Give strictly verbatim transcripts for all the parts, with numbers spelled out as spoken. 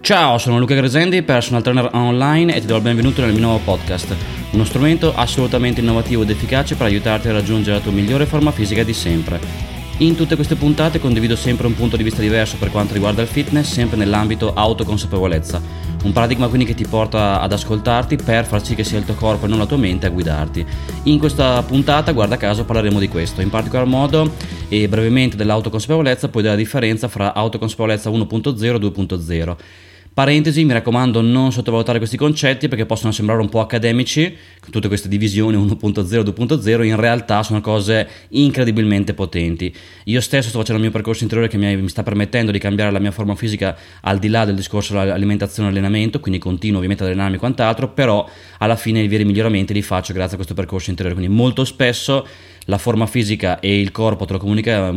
Ciao, sono Luca Gresendi, personal trainer online, e ti do il benvenuto nel mio nuovo podcast, uno strumento assolutamente innovativo ed efficace per aiutarti a raggiungere la tua migliore forma fisica di sempre. In tutte queste puntate condivido sempre un punto di vista diverso per quanto riguarda il fitness, sempre nell'ambito autoconsapevolezza. Un paradigma quindi che ti porta ad ascoltarti per far sì che sia il tuo corpo e non la tua mente a guidarti. In questa puntata, guarda caso, parleremo di questo, in particolar modo e brevemente dell'autoconsapevolezza, poi della differenza fra autoconsapevolezza uno punto zero e due punto zero. Parentesi, mi raccomando, non sottovalutare questi concetti perché possono sembrare un po' accademici, con tutte queste divisioni uno punto zero e due punto zero, in realtà sono cose incredibilmente potenti. Io stesso sto facendo il mio percorso interiore che mi, mi sta permettendo di cambiare la mia forma fisica al di là del discorso dell'alimentazione e allenamento, quindi continuo ovviamente ad allenarmi e quant'altro, però alla fine i veri miglioramenti li faccio grazie a questo percorso interiore, quindi molto spesso la forma fisica e il corpo te lo comunica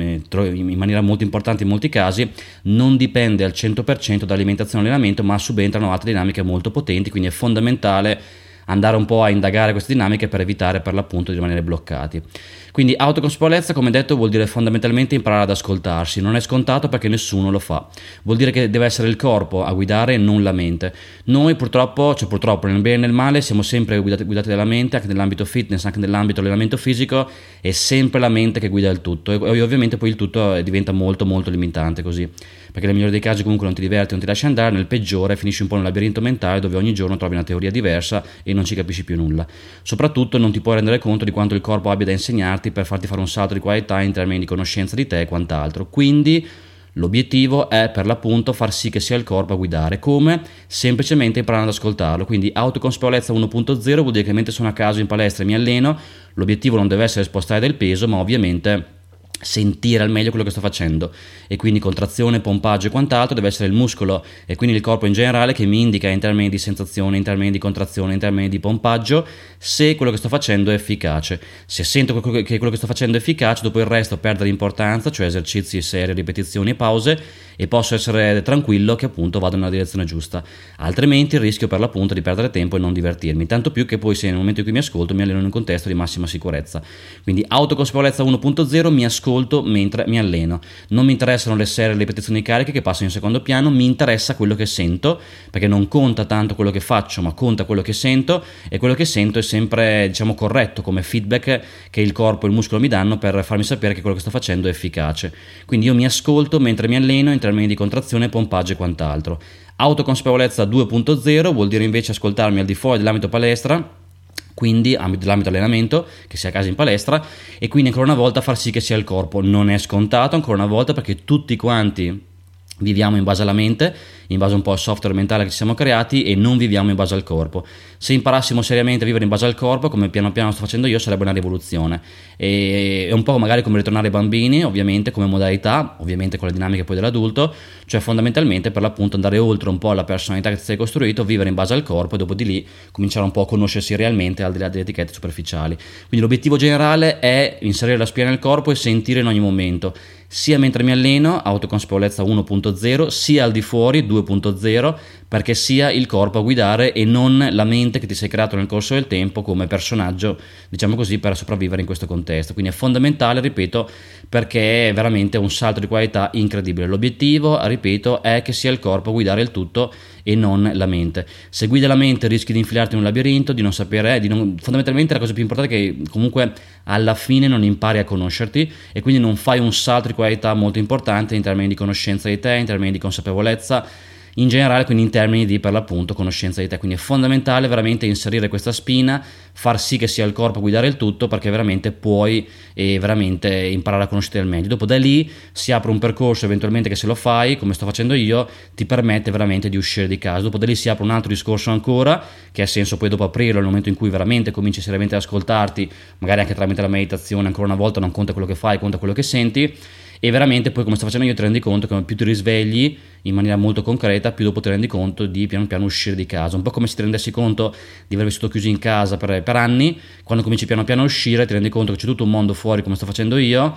in maniera molto importante in molti casi, non dipende al cento per cento dall'alimentazione e allenamento, ma subentrano altre dinamiche molto potenti, quindi è fondamentale andare un po' a indagare queste dinamiche per evitare per l'appunto di rimanere bloccati. Quindi autoconsapevolezza, come detto, vuol dire fondamentalmente imparare ad ascoltarsi. Non è scontato perché nessuno lo fa. Vuol dire che deve essere il corpo a guidare e non la mente. Noi purtroppo, cioè purtroppo nel bene e nel male, siamo sempre guidati, guidati dalla mente, anche nell'ambito fitness, anche nell'ambito allenamento fisico, è sempre la mente che guida il tutto e ovviamente poi il tutto diventa molto molto limitante così. Perché nel migliore dei casi comunque non ti diverti, non ti lasci andare, nel peggiore finisci un po' nel labirinto mentale dove ogni giorno trovi una teoria diversa e non ci capisci più nulla. Soprattutto non ti puoi rendere conto di quanto il corpo abbia da insegnarti per farti fare un salto di qualità in termini di conoscenza di te e quant'altro. Quindi l'obiettivo è per l'appunto far sì che sia il corpo a guidare. Come? Semplicemente imparando ad ascoltarlo. Quindi autoconsapevolezza uno punto zero vuol dire che mentre sono a casa in palestra e mi alleno, l'obiettivo non deve essere spostare del peso, ma ovviamente sentire al meglio quello che sto facendo, e quindi contrazione, pompaggio e quant'altro deve essere il muscolo e quindi il corpo in generale che mi indica in termini di sensazione, in termini di contrazione, in termini di pompaggio se quello che sto facendo è efficace. Se sento che quello che sto facendo è efficace, dopo il resto perde l'importanza, cioè esercizi, serie, ripetizioni e pause, e posso essere tranquillo che appunto vado nella direzione giusta. Altrimenti rischio per l'appunto di perdere tempo e non divertirmi, tanto più che poi se nel momento in cui mi ascolto mi alleno in un contesto di massima sicurezza. Quindi autoconsapevolezza uno punto zero, mi ascolto mentre mi alleno. Non mi interessano le serie, le ripetizioni cariche che passano in secondo piano, mi interessa quello che sento, perché non conta tanto quello che faccio, ma conta quello che sento, e quello che sento è sempre, diciamo, corretto come feedback che il corpo e il muscolo mi danno per farmi sapere che quello che sto facendo è efficace. Quindi io mi ascolto mentre mi alleno in termini di contrazione, pompaggio e quant'altro. Autoconsapevolezza due punto zero vuol dire invece ascoltarmi al di fuori dell'ambito palestra, quindi dell'ambito allenamento, che sia a casa in palestra, e quindi ancora una volta far sì che sia il corpo. Non è scontato ancora una volta perché tutti quanti viviamo in base alla mente, in base un po' al software mentale che ci siamo creati, e non viviamo in base al corpo. Se imparassimo seriamente a vivere in base al corpo, come piano piano sto facendo io, sarebbe una rivoluzione. E è un po' magari come ritornare ai bambini, ovviamente come modalità, ovviamente con le dinamiche poi dell'adulto, cioè fondamentalmente per l'appunto andare oltre un po' la personalità che ti sei costruito, vivere in base al corpo e dopo di lì cominciare un po' a conoscersi realmente al di là delle etichette superficiali. Quindi l'obiettivo generale è inserire la spina nel corpo e sentire in ogni momento, sia mentre mi alleno, autoconsapevolezza uno punto zero, sia al di fuori, due punto zero, perché sia il corpo a guidare e non la mente che ti sei creato nel corso del tempo come personaggio, diciamo così, per sopravvivere in questo contesto. Quindi è fondamentale, ripeto, perché è veramente un salto di qualità incredibile. L'obiettivo, ripeto, è che sia il corpo a guidare il tutto e non la mente. Se guida la mente rischi di infilarti in un labirinto, di non sapere, di non, fondamentalmente la cosa più importante è che comunque alla fine non impari a conoscerti e quindi non fai un salto di qualità molto importante in termini di conoscenza di te, in termini di consapevolezza in generale, quindi in termini di per l'appunto conoscenza di te. Quindi è fondamentale veramente inserire questa spina, far sì che sia il corpo a guidare il tutto, perché veramente puoi e veramente imparare a conoscerti al meglio. Dopo da lì si apre un percorso eventualmente che, se lo fai come sto facendo io, ti permette veramente di uscire di casa. Dopo da lì si apre un altro discorso ancora, che ha senso poi dopo aprirlo nel momento in cui veramente cominci seriamente ad ascoltarti, magari anche tramite la meditazione. Ancora una volta non conta quello che fai, conta quello che senti, e veramente poi come sto facendo io ti rendi conto che più ti risvegli in maniera molto concreta, più dopo ti rendi conto di piano piano uscire di casa, un po' come se ti rendessi conto di aver vissuto chiuso in casa per, per anni. Quando cominci piano piano a uscire ti rendi conto che c'è tutto un mondo fuori come sto facendo io,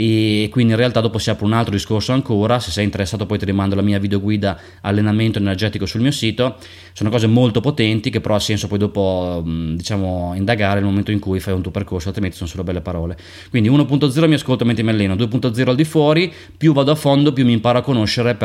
e quindi in realtà dopo si apre un altro discorso ancora. Se sei interessato poi ti rimando la mia videoguida allenamento energetico sul mio sito. Sono cose molto potenti che però ha senso poi dopo, diciamo, indagare nel momento in cui fai un tuo percorso, altrimenti sono solo belle parole. Quindi uno punto zero mi ascolto mentre mi alleno, due punto zero al di fuori, più vado a fondo più mi imparo a conoscere per appunto andare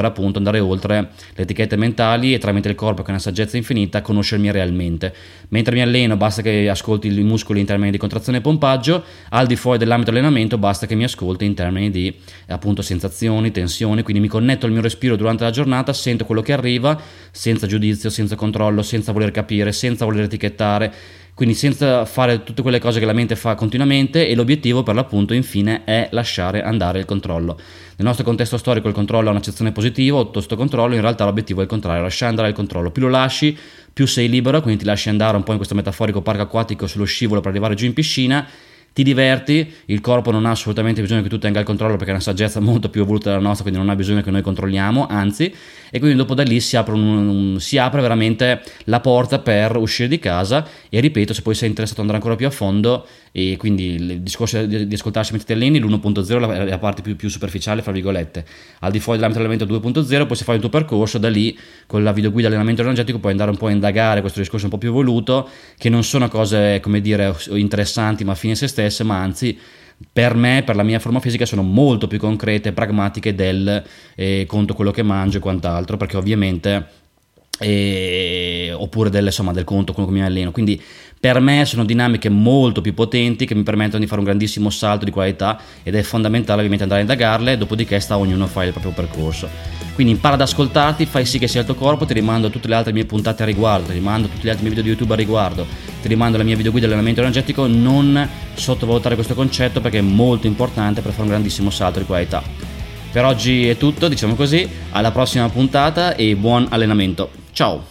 andare oltre le etichette mentali e tramite il corpo che è una saggezza infinita conoscermi realmente. Mentre mi alleno basta che ascolti i muscoli in termini di contrazione e pompaggio, al di fuori dell'ambito allenamento basta che mi ascolti in termini di appunto sensazioni, tensioni, quindi mi connetto al mio respiro durante la giornata, sento quello che arriva senza giudizio, senza controllo, senza voler capire, senza voler etichettare, quindi senza fare tutte quelle cose che la mente fa continuamente, e l'obiettivo per l'appunto infine è lasciare andare il controllo. Nel nostro contesto storico il controllo ha un'accezione positiva, tutto sto controllo, in realtà l'obiettivo è il contrario, lasciare andare il controllo. Più lo lasci, più sei libero, quindi ti lasci andare un po' in questo metaforico parco acquatico sullo scivolo per arrivare giù in piscina, ti diverti, il corpo non ha assolutamente bisogno che tu tenga il controllo perché è una saggezza molto più evoluta della nostra, quindi non ha bisogno che noi controlliamo, anzi, e quindi dopo da lì si apre, un, un, si apre veramente la porta per uscire di casa. E ripeto, se poi sei interessato ad andare ancora più a fondo, e quindi il discorso di, di ascoltarsi mentre ti alleni, l'uno punto zero è la parte più, più superficiale fra virgolette, al di fuori dell'ambito allenamento due punto zero poi se fai il tuo percorso, da lì con la videoguida allenamento energetico puoi andare un po' a indagare questo discorso un po' più evoluto, che non sono cose come dire interessanti ma fine a se stesse, ma anzi per me, per la mia forma fisica, sono molto più concrete e pragmatiche del eh, conto quello che mangio e quant'altro, perché ovviamente eh, oppure del, insomma, del conto quello che mi alleno, quindi per me sono dinamiche molto più potenti che mi permettono di fare un grandissimo salto di qualità, ed è fondamentale ovviamente andare a indagarle, dopodiché sta ognuno a fare il proprio percorso. Quindi impara ad ascoltarti, fai sì che sia il tuo corpo, ti rimando a tutte le altre mie puntate a riguardo, ti rimando a tutti gli altri miei video di YouTube a riguardo, ti rimando alla mia videoguida di allenamento energetico, non sottovalutare questo concetto perché è molto importante per fare un grandissimo salto di qualità. Per oggi è tutto, diciamo così, alla prossima puntata e buon allenamento, ciao!